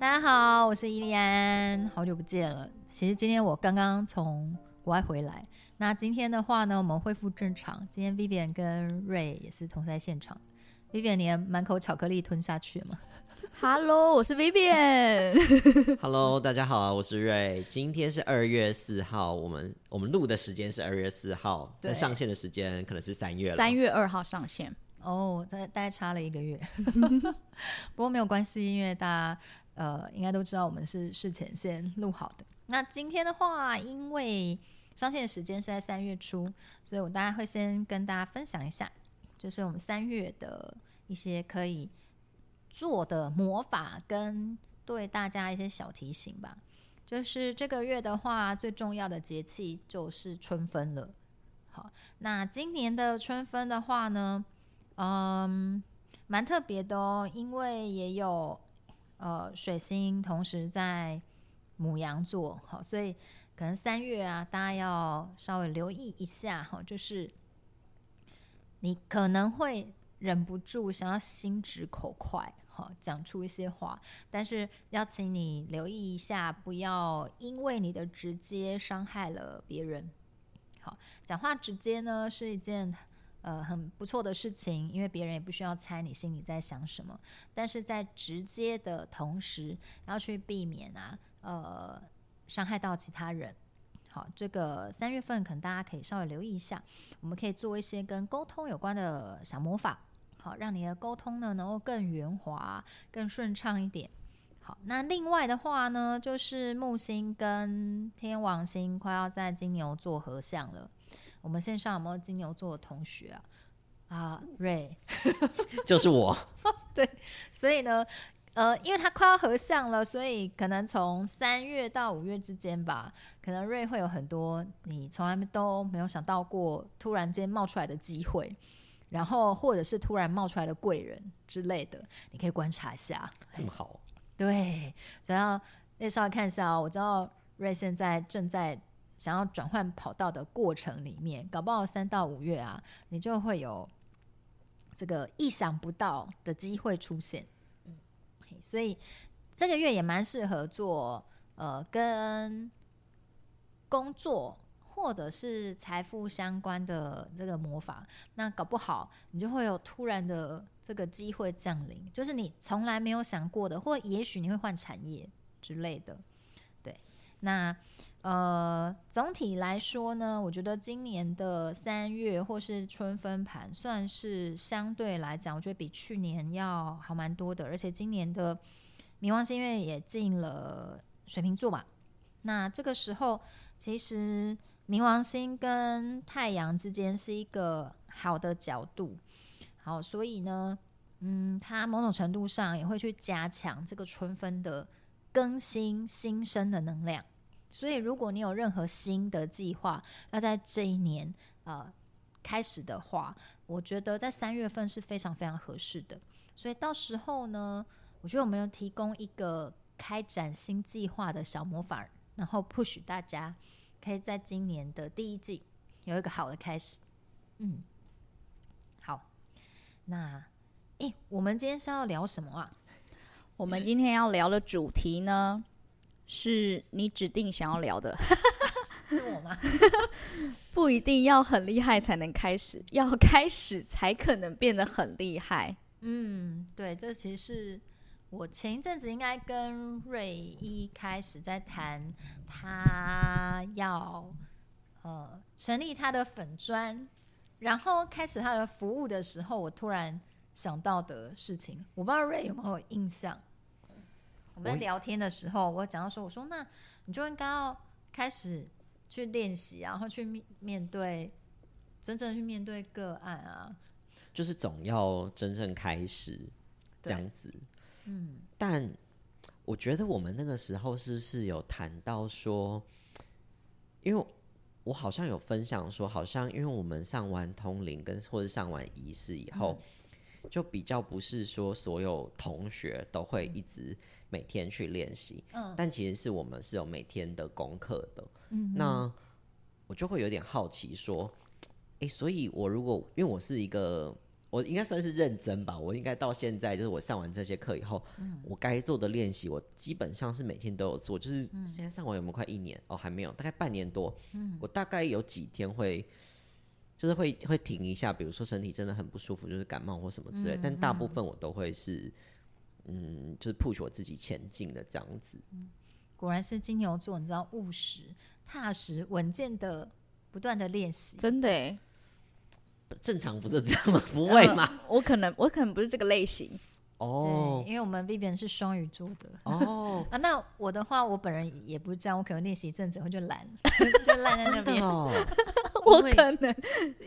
大家好，我是伊利安，好久不见了。其实今天我刚刚从国外回来，那今天的话呢，我们恢复正常。今天 Vivian 跟 Ray 也是同在现场。Vivian， 你满口巧克力吞下去了吗？ Hello， 我是 Vivian。 Hello， 大家好，我是 Ray。今天是2月4号，我们录的时间是2月4号，但上线的时间可能是3月了。 3月2号上线。 哦，大概差了1个月。不过没有关系，因为大家应该都知道我们是事前先录好的。那今天的话，因为上线的时间是在3月初，所以我大概会先跟大家分享一下，就是我们3月的一些可以做的魔法跟对大家一些小提醒吧。就是这个月的话，最重要的节气就是春分了。好，那今年的春分的话呢，蛮特别的哦，因为也有水星同时在牡羊座，好，所以可能3月啊，大家要稍微留意一下，就是你可能会忍不住想要心直口快，讲出一些话，但是要请你留意一下，不要因为你的直接伤害了别人。好，讲话直接呢是一件很不错的事情，因为别人也不需要猜你心里在想什么，但是在直接的同时要去避免伤害到其他人。好，这个3月份可能大家可以稍微留意一下，我们可以做一些跟沟通有关的小魔法，好，让你的沟通呢能够更圆滑更顺畅一点。好，那另外的话呢，就是木星跟天王星快要在金牛座合相了。我们线上有没有金牛座的同学啊？Ray 就是我。 对，所以呢因为它快要合相了，所以可能从3月到5月之间吧，可能 Ray 会有很多你从来都没有想到过突然间冒出来的机会，然后或者是突然冒出来的贵人之类的，你可以观察一下。 这么好？ 对，想要稍微看一下我知道 Ray 现在正在想要转换跑道的过程里面，搞不好3到5月啊，你就会有这个意想不到的机会出现。所以这个月也蛮适合做跟工作或者是财富相关的这个魔法，那搞不好你就会有突然的这个机会降临，就是你从来没有想过的，或也许你会换产业之类的。对，那总体来说呢，我觉得今年的3月或是春分盘算是相对来讲，我觉得比去年要好蛮多的，而且今年的冥王星因为也进了水瓶座嘛，那这个时候其实冥王星跟太阳之间是一个好的角度，好，所以呢它某种程度上也会去加强这个春分的更新新生的能量。所以如果你有任何新的计划要在这一年开始的话，我觉得在3月份是非常非常合适的。所以到时候呢，我觉得我们要提供一个开展新计划的小魔法，然后 push 大家可以在今年的第一季有一个好的开始。好，那我们今天是要聊什么啊？ 我们今天要聊的主题呢，是你指定想要聊的。 是我吗？ 不一定要很厉害才能开始，要开始才可能变得很厉害。 对，这其实是我前一阵子应该跟瑞一开始在谈他要成立他的粉专，然后开始他的服务的时候，我突然想到的事情。我不知道瑞有没有印象。我们在聊天的时候，我讲到说，我说那你就应该要开始去练习，然后去面对真正去面对个案啊， 就是总要真正开始这样子。但我觉得我们那个时候是不是有谈到说，因为我好像有分享说，好像因为我们上完通灵或者上完仪式以后，就比较不是说所有同学都会一直每天去练习，但其实是我们是有每天的功课的。那我就会有点好奇说，所以我如果因为我我应该算是认真吧，我应该到现在就是我上完这些课以后，我该做的练习我基本上是每天都有做，就是现在上完有没有快1年哦，还没有，大概半年多，我大概有几天会就是会停一下，比如说身体真的很不舒服，就是感冒或什么之类，但大部分我都会是就是 push 我自己前进的这样子。 果然是金牛座，你知道务实、踏实、稳健的不断的练习， 真的耶。 正常不是这样吗？不会吗？ 我可能不是这个类型哦， 对，因为我们 Vivian 是双鱼座的哦啊。那我的话，我本人也不是这样，我可能练习一阵子后就懒，就烂在那边。 哦， 我可能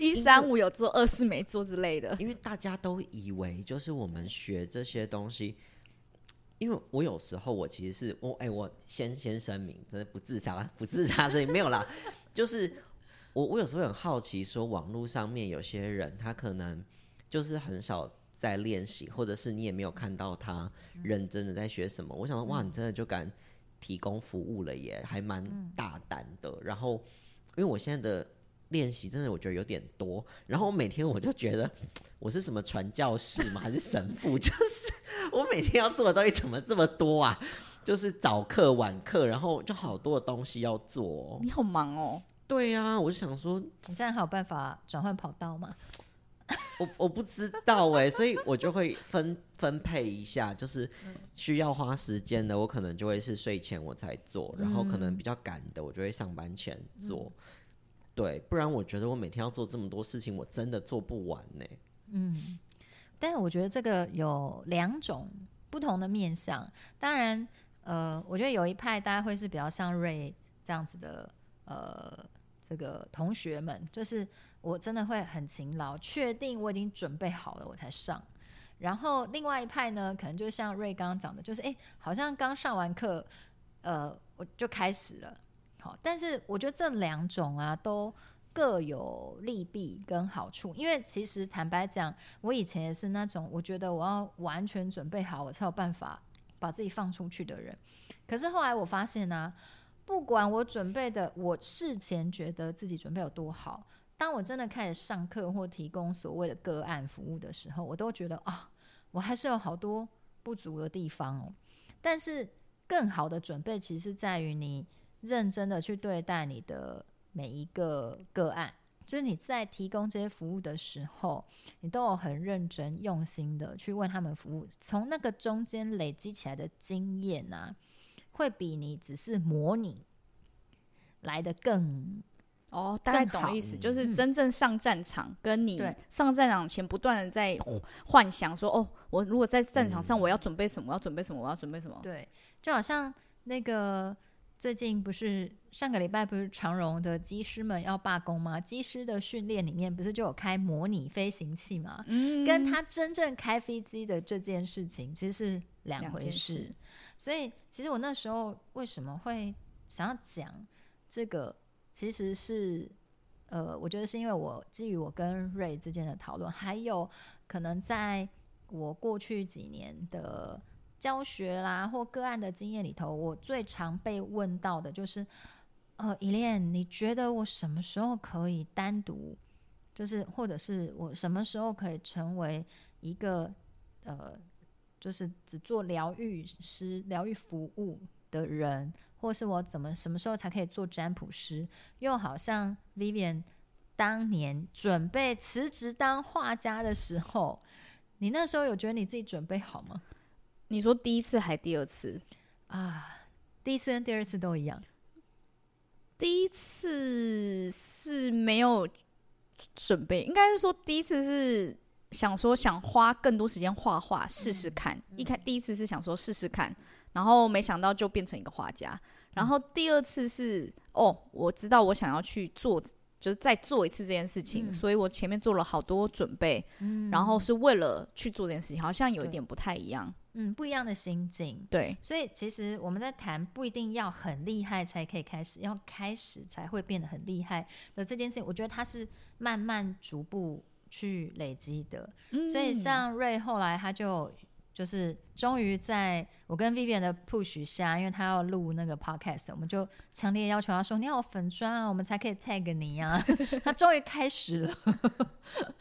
135有做，24没做之类的。 因为大家都以为就是我们学这些东西，因为我有时候我其实是我先声明，真的不自杀，所以没有啦，就是我有时候很好奇，说网络上面有些人他可能就是很少在练习，或者是你也没有看到他认真的在学什么。我想说，哇，你真的就敢提供服务了耶，还蛮大胆的。然后，因为我现在的练习真的我觉得有点多，然后我每天我就觉得我是什么传教士吗？还是神父？就是我每天要做的东西怎么这么多啊？就是早课晚课，然后就好多的东西要做哦。 你好忙哦。 对啊，我就想说， 你这样还有办法转换跑道吗？ 我不知道哎，所以我就会分配一下，就是需要花时间的，我可能就会是睡前我才做，然后可能比较赶的，我就会上班前做。对，不然我觉得我每天要做这么多事情，我真的做不完呢。 但是我觉得这个有2种不同的面向。当然，我觉得有一派大家会是比较像Ray这样子的，这个同学们，就是我真的会很勤劳，确定我已经准备好了我才上。然后另外一派呢，可能就像Ray刚刚讲的，就是好像刚上完课，我就开始了。好，但是我觉得这2种啊，都各有利弊跟好处。因为其实坦白讲，我以前也是那种我觉得我要完全准备好，我才有办法把自己放出去的人。可是后来我发现啊，不管我准备的，我事前觉得自己准备有多好，当我真的开始上课或提供所谓的个案服务的时候，我都觉得啊，我还是有好多不足的地方哦。但是更好的准备其实是在于你认真的去对待你的每一个个案，就是你在提供这些服务的时候，你都有很认真用心的去为他们服务，从那个中间累积起来的经验啊，会比你只是模拟来得更大概懂意思，就是真正上战场，跟你上战场前不断的在幻想说，我如果在战场上我要准备什么，我要准备什么，我要准备什么。 对，就好像那个最近不是上个礼拜不是长荣的机师们要罢工吗？机师的训练里面不是就有开模拟飞行器吗？跟他真正开飞机的这件事情其实是2回事。所以其实我那时候为什么会想要讲这个，其实是我觉得是因为我基于我跟Ray之间的讨论，还有可能在我过去几年的教学啦或个案的经验里头，我最常被问到的就是依恋，你觉得我什么时候可以单独，就是或者是我什么时候可以成为一个就是只做疗愈师、疗愈服务的人，或是我什么时候才可以做占卜师？又好像 Vivian 当年准备辞职当画家的时候，你那时候有觉得你自己准备好吗？ 你说第一次还第二次啊？第一次跟第二次都一样。 第一次是没有准备，应该是说第一次是想花更多时间画画试试看。第一次是想说试试看，然后没想到就变成一个画家。然后第二次是我知道我想要去做，就是再做一次这件事情，所以我前面做了好多准备，然后是为了去做这件事情，好像有一点不太一样。 不一样的心境。 对， 所以其实我们在谈不一定要很厉害才可以开始，要开始才会变得很厉害的这件事情，我觉得它是慢慢逐步去累积的。所以像Ray后来他就是终于在我跟 Vivian 的 push 下，因为他要录那个 podcast， 我们就强烈要求他说你要有粉专啊，我们才可以 tag 你啊。他终于开始了。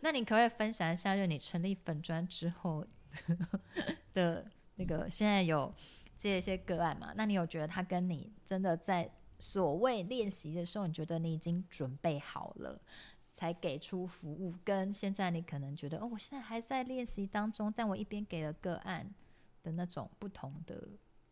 那你可不可以分享一下，就你成立粉专之后的那个，现在有接一些个案嘛？那你有觉得他跟你真的在所谓练习的时候，你觉得你已经准备好了才给出服务，跟现在你可能觉得我现在还在练习当中，但我一边给了个案的那种不同的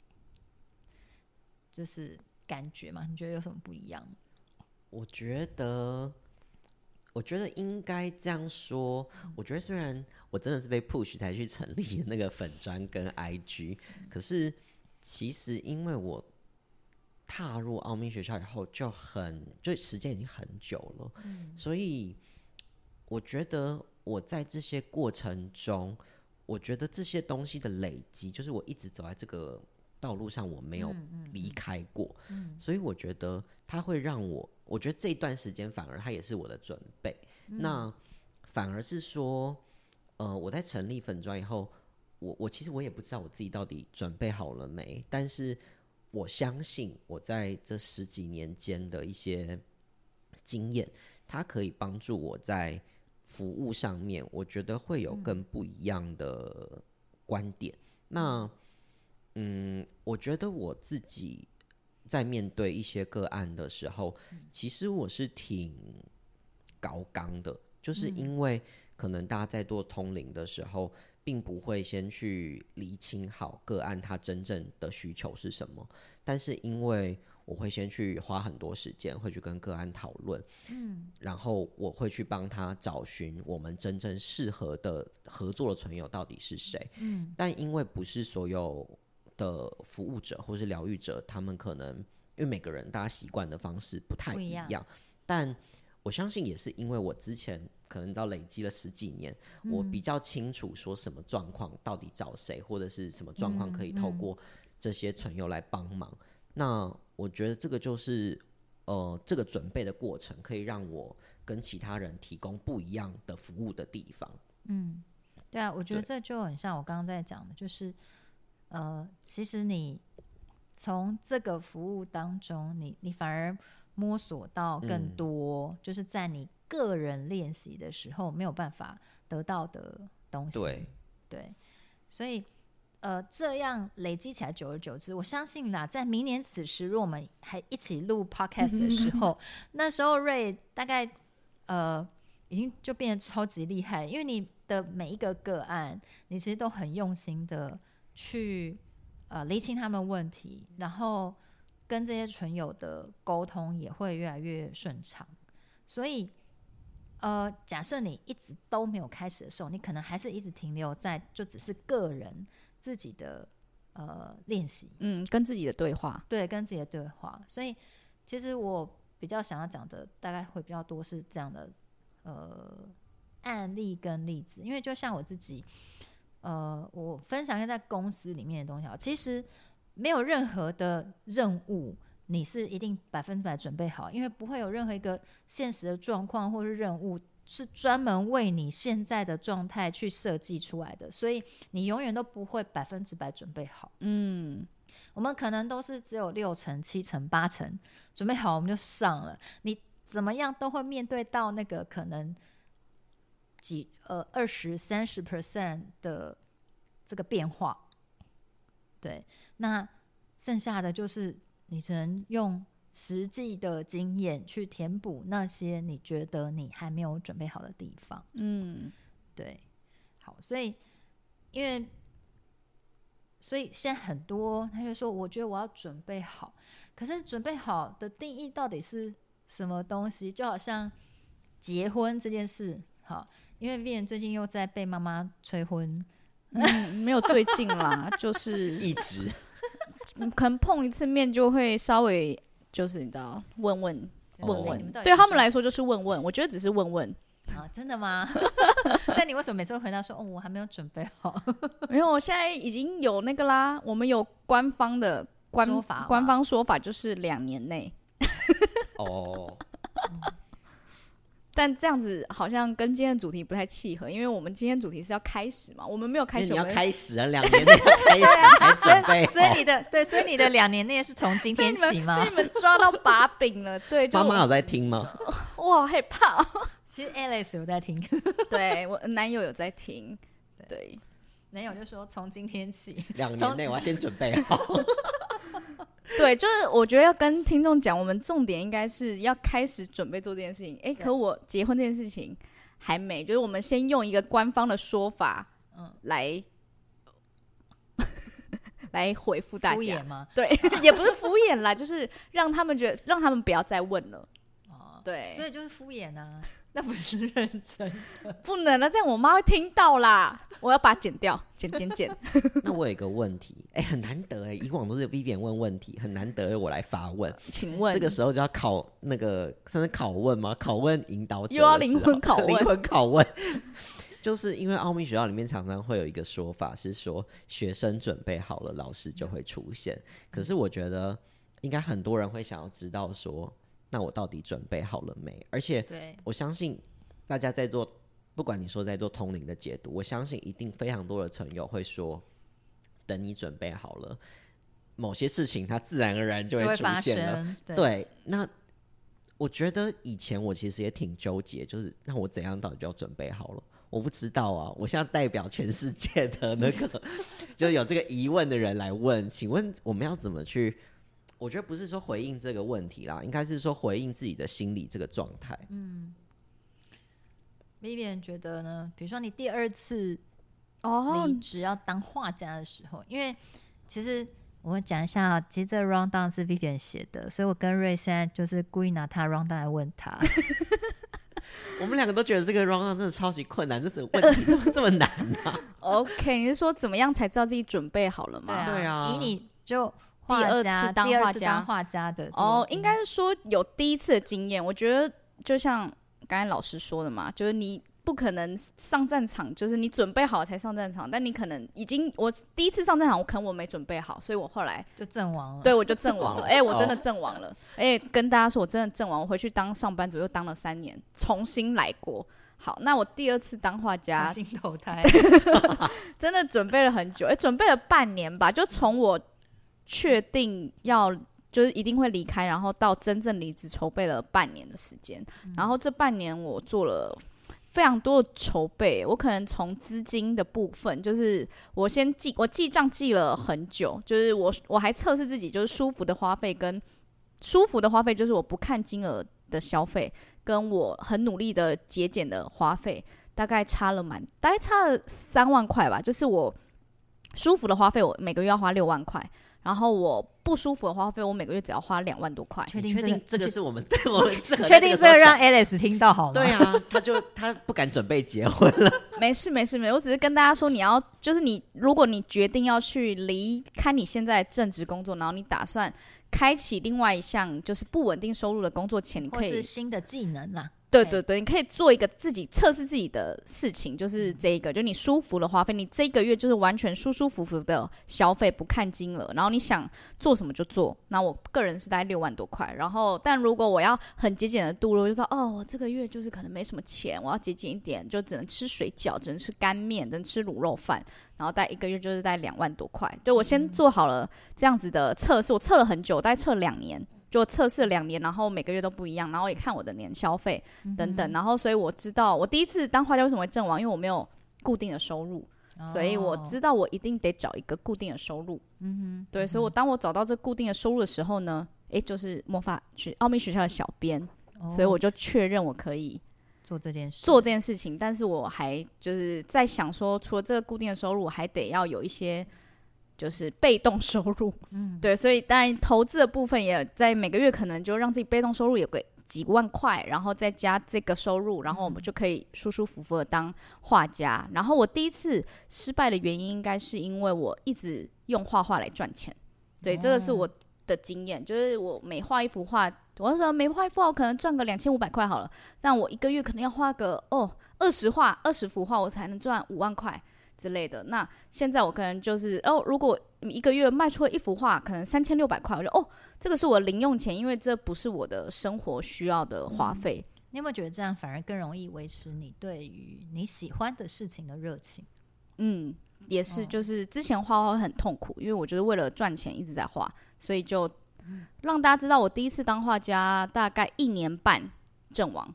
就是感觉嘛？你觉得有什么不一样？ 我觉得应该这样说。我觉得虽然我真的是被 push 才去成立那个粉专跟 IG， 可是其实因为我踏入奥秘学校以后就时间已经很久了，所以我觉得我在这些过程中，我觉得这些东西的累积，就是我一直走在这个道路上，我没有离开过，所以我觉得它会让我觉得这一段时间反而它也是我的准备。那反而是说，我在成立粉专以后，我其实我也不知道我自己到底准备好了没，但是我相信我在这10几年间的一些经验，它可以帮助我在服务上面，我觉得会有更不一样的观点。那我觉得我自己在面对一些个案的时候，其实我是挺高纲的，就是因为可能大家在做通灵的时候，并不会先去厘清好个案他真正的需求是什么，但是因为我会先去花很多时间，会去跟个案讨论，然后我会去帮他找寻我们真正适合的合作的存有到底是谁，但因为不是所有的服务者或是疗愈者，他们可能因为每个人大家习惯的方式不太一样，但我相信也是因为我之前可能到累积了10几年，我比较清楚说什么状况到底找谁，或者是什么状况可以透过这些存有来帮忙。那我觉得这个就是这个准备的过程，可以让我跟其他人提供不一样的服务的地方。 对啊，我觉得这就很像我刚刚在讲的，就是其实你从这个服务当中，你反而摸索到更多，就是在你个人练习的时候没有办法得到的东西。对，所以这样累积起来，久而久之，我相信啦，在明年此时，如果我们还一起录 podcast 的时候，那时候Ray大概已经就变得超级厉害，因为你的每一个个案，你其实都很用心的去厘清他们问题，然后跟这些存有的沟通也会越来越顺畅。所以假设你一直都没有开始的时候，你可能还是一直停留在就只是个人自己的练习， 跟自己的对话， 对，跟自己的对话。所以其实我比较想要讲的大概会比较多是这样的案例跟例子，因为就像我自己我分享一下在公司里面的东西，其实没有任何的任务你是一定100%准备好，因为不会有任何一个现实的状况或是任务是专门为你现在的状态去设计出来的，所以你永远都不会100%准备好。我们可能都是只有6成、7成、8成准备好，我们就上了。你怎么样都会面对到那个可能20-30% 的这个变化。对，那剩下的就是你只能用实际的经验去填补那些你觉得你还没有准备好的地方。对，好，所以现在很多他就说，我觉得我要准备好，可是准备好的定义到底是什么东西？就好像结婚这件事，好，因为 Vian 最近又在被妈妈催婚。 没有最近啦，就是一直可能碰一次面就会稍微就是你知道问问，对他们来说就是问问，我觉得只是问问真的吗？但你为什么每次会回答说我还没有准备好？ 没有，我现在已经有那个啦，我们有官方的说法就是2年内但这样子好像跟今天的主题不太契合，因为我们今天主题是要开始嘛，我们没有开始， 你要开始啊，2年内开始才准备好。 所以你的2年内是从今天起吗？ 被你们抓到把柄了。对， 妈妈有在听吗？ 我好害怕其其实 Alex 有在听， 对我男友有在听，对， 男友就说从今天起 2年内我要先准备好。 对，就是我觉得要跟听众讲，我们重点应该是要开始准备做这件事情。可我结婚这件事情还没，就是我们先用一个官方的说法，来回复大家。 敷衍吗？ 对，也不是敷衍啦，就是让他们觉得，让他们不要再问了。对， 所以就是敷衍啊，那不是认真的。 不能啊，这样我妈会听到啦，我要把它剪掉，剪。 那我有一个问题，很难得以往都是 Vivian 问问题，很难得我来发问。 请问这个时候就要考那个算是拷问吗？拷问引导者又要灵魂拷问， 灵魂拷问。就是因为奥秘学校里面常常会有一个说法是说，学生准备好了，老师就会出现。可是我觉得应该很多人会想要知道说，那我到底准备好了没？而且我相信大家在做，不管你说在做通灵的解读，我相信一定非常多的存有会说，等你准备好了，某些事情它自然而然就会出现了。对，那我觉得以前我其实也挺纠结，就是那我怎样到底就要准备好了？我不知道啊，我现在代表全世界的那个就是有这个疑问的人来问，请问我们要怎么去？我觉得不是说回应这个问题啦，应该是说回应自己的心理这个状态。 Vivian 觉得呢？比如说你第2次离职要当画家的时候，因为其实我们讲一下，其实这个 round down 是 Vivian 写的，所以我跟瑞现在就是故意拿他 round down 来问他。 我们2个都觉得这个 round down 真的超级困难，这个问题这么难啊 ？OK， 你是说怎么样才知道自己准备好了吗？ 对啊， 以你就第二次当画家的应该是说有第一次的经验。我觉得就像刚才老师说的嘛，就是你不可能上战场，就是你准备好才上战场，但你可能我第一次上战场，我没准备好，所以我后来就阵亡了。 对，我就阵亡了。我真的阵亡了。跟大家说，我真的阵亡。我回去当上班族又当了3年，重新来过。好，那我第2次当画家， 重新投胎， 真的准备了很久，准备了半年吧，就从我确定要就是一定会离开，然后到真正离职筹备了半年的时间。然后这半年我做了非常多的筹备，我可能从资金的部分，就是我记账记了很久，就是我还测试自己，就是舒服的花费就是我不看金额的消费，跟我很努力的节俭的花费，大概差了3万块吧。就是我舒服的花费，我每个月要花6万块。然后我不舒服的花费，我每个月只要花2万多块。 确定这个是我们对我们适合？ 确定这个让 Alex 听到好吗？ 对啊，他不敢准备结婚了。 没事，我只是跟大家说，如果你决定要去离开你现在的正职工作，然后你打算开启另外一项就是不稳定收入的工作前，你可以或是新的技能啦。 对，你可以做一个自己测试自己的事情，就是这个，就你舒服的花费，你这个月就是完全舒舒服服的消费，不看金额，然后你想做什么就做。那我个人是大概6万多块，然后但如果我要很节俭的度日，就说我这个月就是可能没什么钱，我要节俭一点，就只能吃水饺，只能吃干面，只能吃卤肉饭，然后大概1个月就是大概2万多块。就我先做好了这样子的测试，我测了很久，大概测了2年。就测试了2年，然后每个月都不一样，然后也看我的年消费等等，然后所以我知道我第一次当画家为什么会阵亡，因为我没有固定的收入，所以我知道我一定得找一个固定的收入。对，所以当我找到这固定的收入的时候呢，就是奥秘学校的小编，所以我就确认我可以做这件事情，但是我还就是在想说，除了这个固定的收入，我还得要有一些就是被动收入。对，所以当然投资的部分也在每个月可能就让自己被动收入有个几万块，然后再加这个收入，然后我们就可以舒舒服服的当画家。然后我第一次失败的原因应该是因为我一直用画画来赚钱。对，这个是我的经验，就是我每画一幅画，我说每画一幅画我可能赚个2500块好了，但我1个月可能要画个20幅画，我才能赚5万块之类的。那现在我可能就是如果1个月卖出了1幅画，可能3600块，我就这个是我的零用钱，因为这不是我的生活需要的花费。 你有没有觉得这样反而更容易维持你对于你喜欢的事情的热情？ 也是，就是之前画画会很痛苦，因为我就是为了赚钱一直在画，所以就让大家知道我第一次当画家大概1年半阵亡。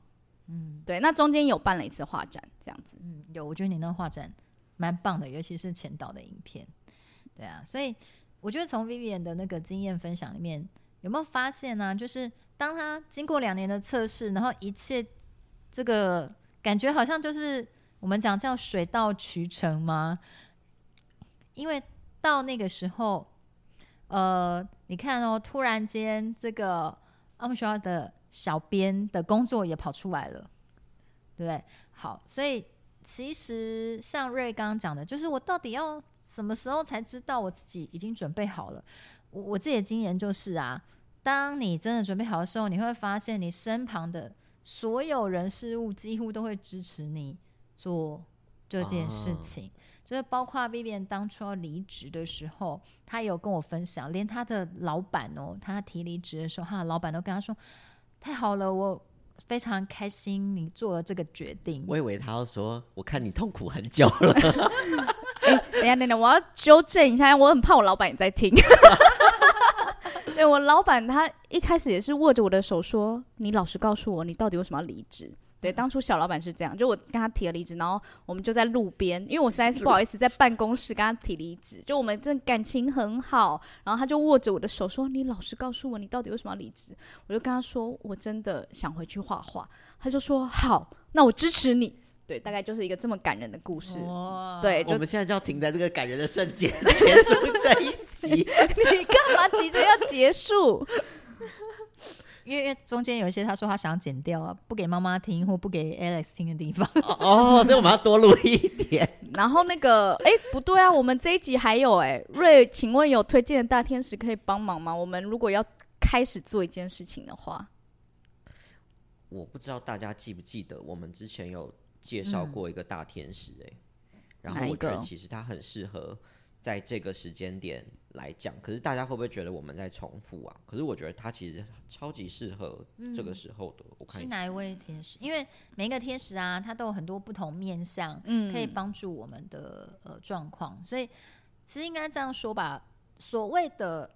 对，那中间有办了一次画展，这样子。 有，我觉得你那个画展蛮棒的，尤其是前导的影片。对啊，所以我觉得从 Vivian 的那个经验分享里面，有没有发现呢？就是当他经过2年的测试，然后一切这个感觉好像就是我们讲叫水到渠成吗？因为到那个时候，你看哦，突然间这个我们学校的小编的工作也跑出来了，对不对？好，所以其实像瑞刚刚讲的，就是我到底要什么时候才知道我自己已经准备好了？我自己的经验就是啊，当你真的准备好的时候，你会发现你身旁的所有人事物几乎都会支持你做这件事情。就是包括 Vivian 当初要离职的时候，他有跟我分享，连他的老板哦，他提离职的时候，他的老板都跟他说：“太好了，我非常开心你做了这个决定。” 我以为他要说：“我看你痛苦很久了。” 等一下，我要纠正一下，我很怕我老板也在听。对，我老板他一开始也是握着我的手说：“你老实告诉我，你到底为什么要离职？”对，当初小老板是这样，就我跟他提了离职，然后我们就在路边，因为我实在是不好意思在办公室跟他提离职，就我们真的感情很好，然后他就握着我的手说：“你老实告诉我，你到底为什么要离职？”我就跟他说：“我真的想回去画画。”他就说：“好，那我支持你。”对，大概就是一个这么感人的故事。对， 我们现在就要停在这个感人的瞬间结束这一集。 你干嘛急着要结束？ 因为中间有一些他说他想剪掉啊，不给妈妈听或不给 Alex 听的地方。 所以我们要多录一点。 然后那个，不对啊，我们这一集还有瑞，请问有推荐的大天使可以帮忙吗？我们如果要开始做一件事情的话， 我不知道大家记不记得，我们之前有介绍过一个大天使然后我觉得其实他很适合在这个时间点来讲，可是大家会不会觉得我们在重复啊？可是我觉得他其实超级适合这个时候的。我看是哪一位天使？因为每一个天使啊，它都有很多不同面向，可以帮助我们的状况，所以其实应该这样说吧，所谓的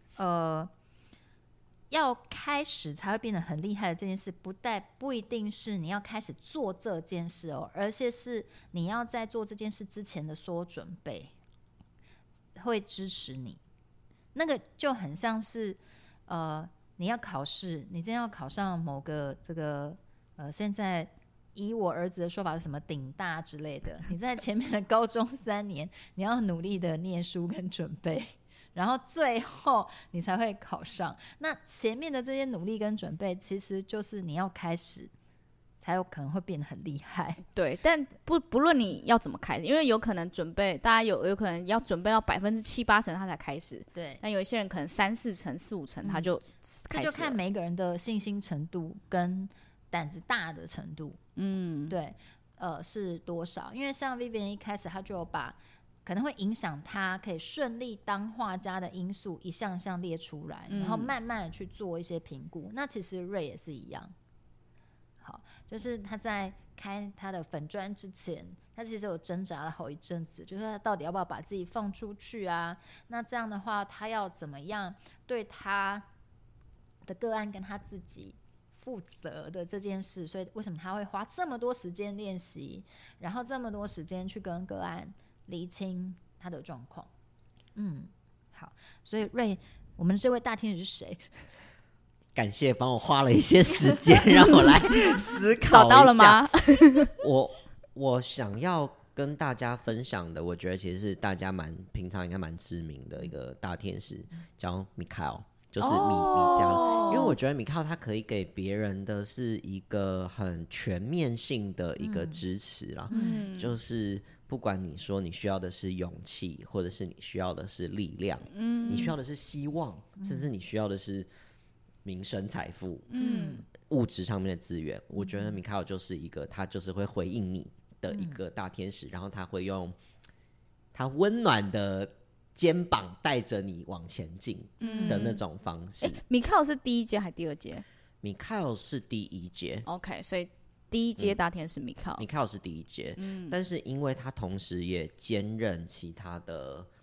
要开始才会变得很厉害的这件事，不一定是你要开始做这件事哦，而且是你要在做这件事之前的所有准备会支持你。那个就很像是你要考试，你今天要考上某个这个现在以我儿子的说法是什么顶大之类的，你在前面的高中3年你要努力的念书跟准备，然后最后你才会考上。那前面的这些努力跟准备其实就是你要开始才有可能会变得很厉害。 对，但不论你要怎么开始，因为有可能准备，大家有可能要准备到7-8%他才开始， 对， 但有一些人可能3-4成、4-5成他就开始了。 这就看每个人的信心程度跟胆子大的程度，对，是多少？因为像 Vivian 一开始他就有把可能会影响他可以顺利当画家的因素一项项列出来，然后慢慢的去做一些评估。那其实瑞也是一样，好，就是他在开他的粉专之前，他其实有挣扎了好一阵子，就是他到底要不要把自己放出去啊？那这样的话，他要怎么样对他的个案跟他自己负责的这件事？所以为什么他会花这么多时间练习，然后这么多时间去跟个案厘清他的状况？好，所以瑞，我们这位大天使是谁？ 感谢帮我花了一些时间让我来思考一下。 找到了吗？ 我想要跟大家分享的，我觉得其实是大家平常应该蛮知名的一个大天使，叫米凯尔，就是米迦。因为我觉得米凯尔他可以给别人的是一个很全面性的一个支持啦，就是不管你说你需要的是勇气，或者是你需要的是力量，你需要的是希望，甚至你需要的是民生财富，物质上面的资源，我觉得米凯尔就是一个，他就是会回应你的一个大天使，然后他会用他温暖的肩膀带着你往前进的那种方式。 米凯尔是第一阶还是第2阶？ 米凯尔是第1阶。 OK， 所以第1阶大天使米凯尔， 米凯尔是第1阶，但是因为他同时也兼任其他的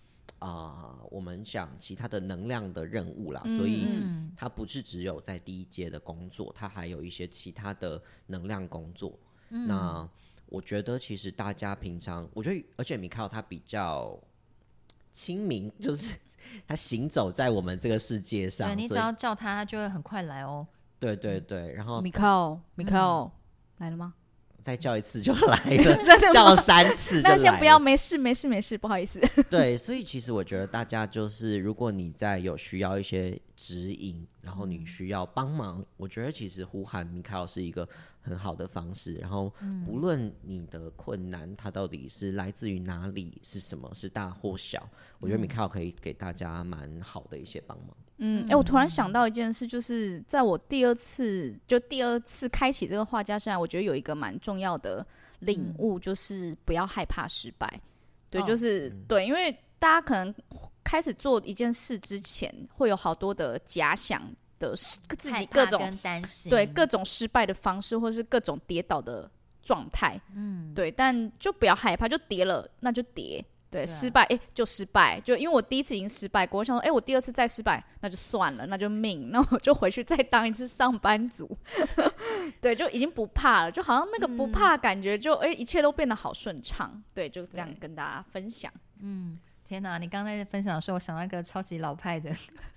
我们讲其他的能量的任务啦，所以它不是只有在第一阶的工作，它还有一些其他的能量工作。那我觉得其实大家平常，我觉得而且米卡他比较亲民，就是他行走在我们这个世界上， 对，你只要叫他，他就会很快来哦。 对对对，然后米卡来了吗？ 再叫一次就来了， 真的吗？ 叫3次就来了。 那先不要，没事，不好意思。 对，所以其实我觉得大家就是，如果你在有需要一些指引，然后你需要帮忙，我觉得其实呼喊米卡是一个很好的方式。然后不论你的困难它到底是来自于哪里，是什么，是大或小，我觉得米卡可以给大家蛮好的一些帮忙。 我突然想到一件事，就是在我第二次开启这个画家生涯，我觉得有一个蛮重要的领悟，就是不要害怕失败。对，就是对，因为大家可能开始做一件事之前，会有好多的假想的自己各种跟担心， 对各种失败的方式，或是各种跌倒的状态。对，但就不要害怕，就跌了那就跌。对，失败就失败，就因为我第一次已经失败过，我想说我第二次再失败那就算了，那就命，那我就回去再当一次上班族。对，就已经不怕了，就好像那个不怕感觉就一切都变得好顺畅。对，就这样跟大家分享。 天哪，你刚才在分享的时候，我想到一个超级老派的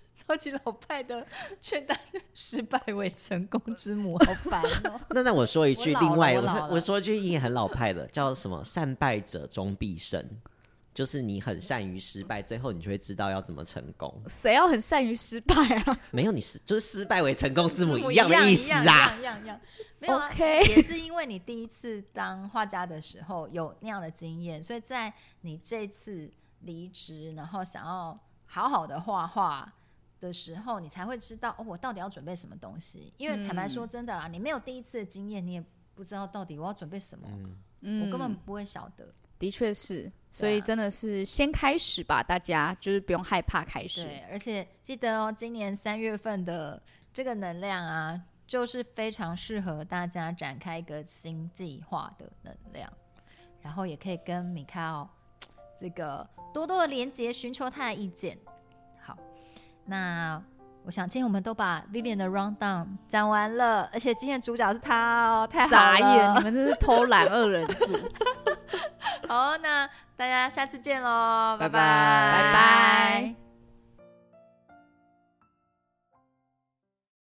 劝大家失败为成功之母，好烦哦。 那我说一句，另外我说一句也很老派的，叫什么？善败者终必胜。就是你很善于失败，最后你就会知道要怎么成功。 谁要很善于失败啊？ 没有，就是失败为成功之母一样的意思啊。 一样。没有啊 ，okay. 也是因为你第一次当画家的时候有那样的经验，所以在你这次离职，然后想要好好的画画的时候，你才会知道我到底要准备什么东西。因为坦白说真的啦，你没有第一次的经验，你也不知道到底我要准备什么，我根本不会晓得。 的确是，所以真的是先开始吧，大家就是不用害怕开始。 对，而且记得哦，今年3月份的这个能量啊，就是非常适合大家展开一个新计划的能量，然后也可以跟米卡这个多多的连结，寻求他的意见。好，那我想今天我们都把 Vivian 的 rundown 讲完了，而且今天主角是他哦，太好了， 傻眼，你们真是偷懒2人组。 好，那大家下次见咯，拜拜， 拜拜。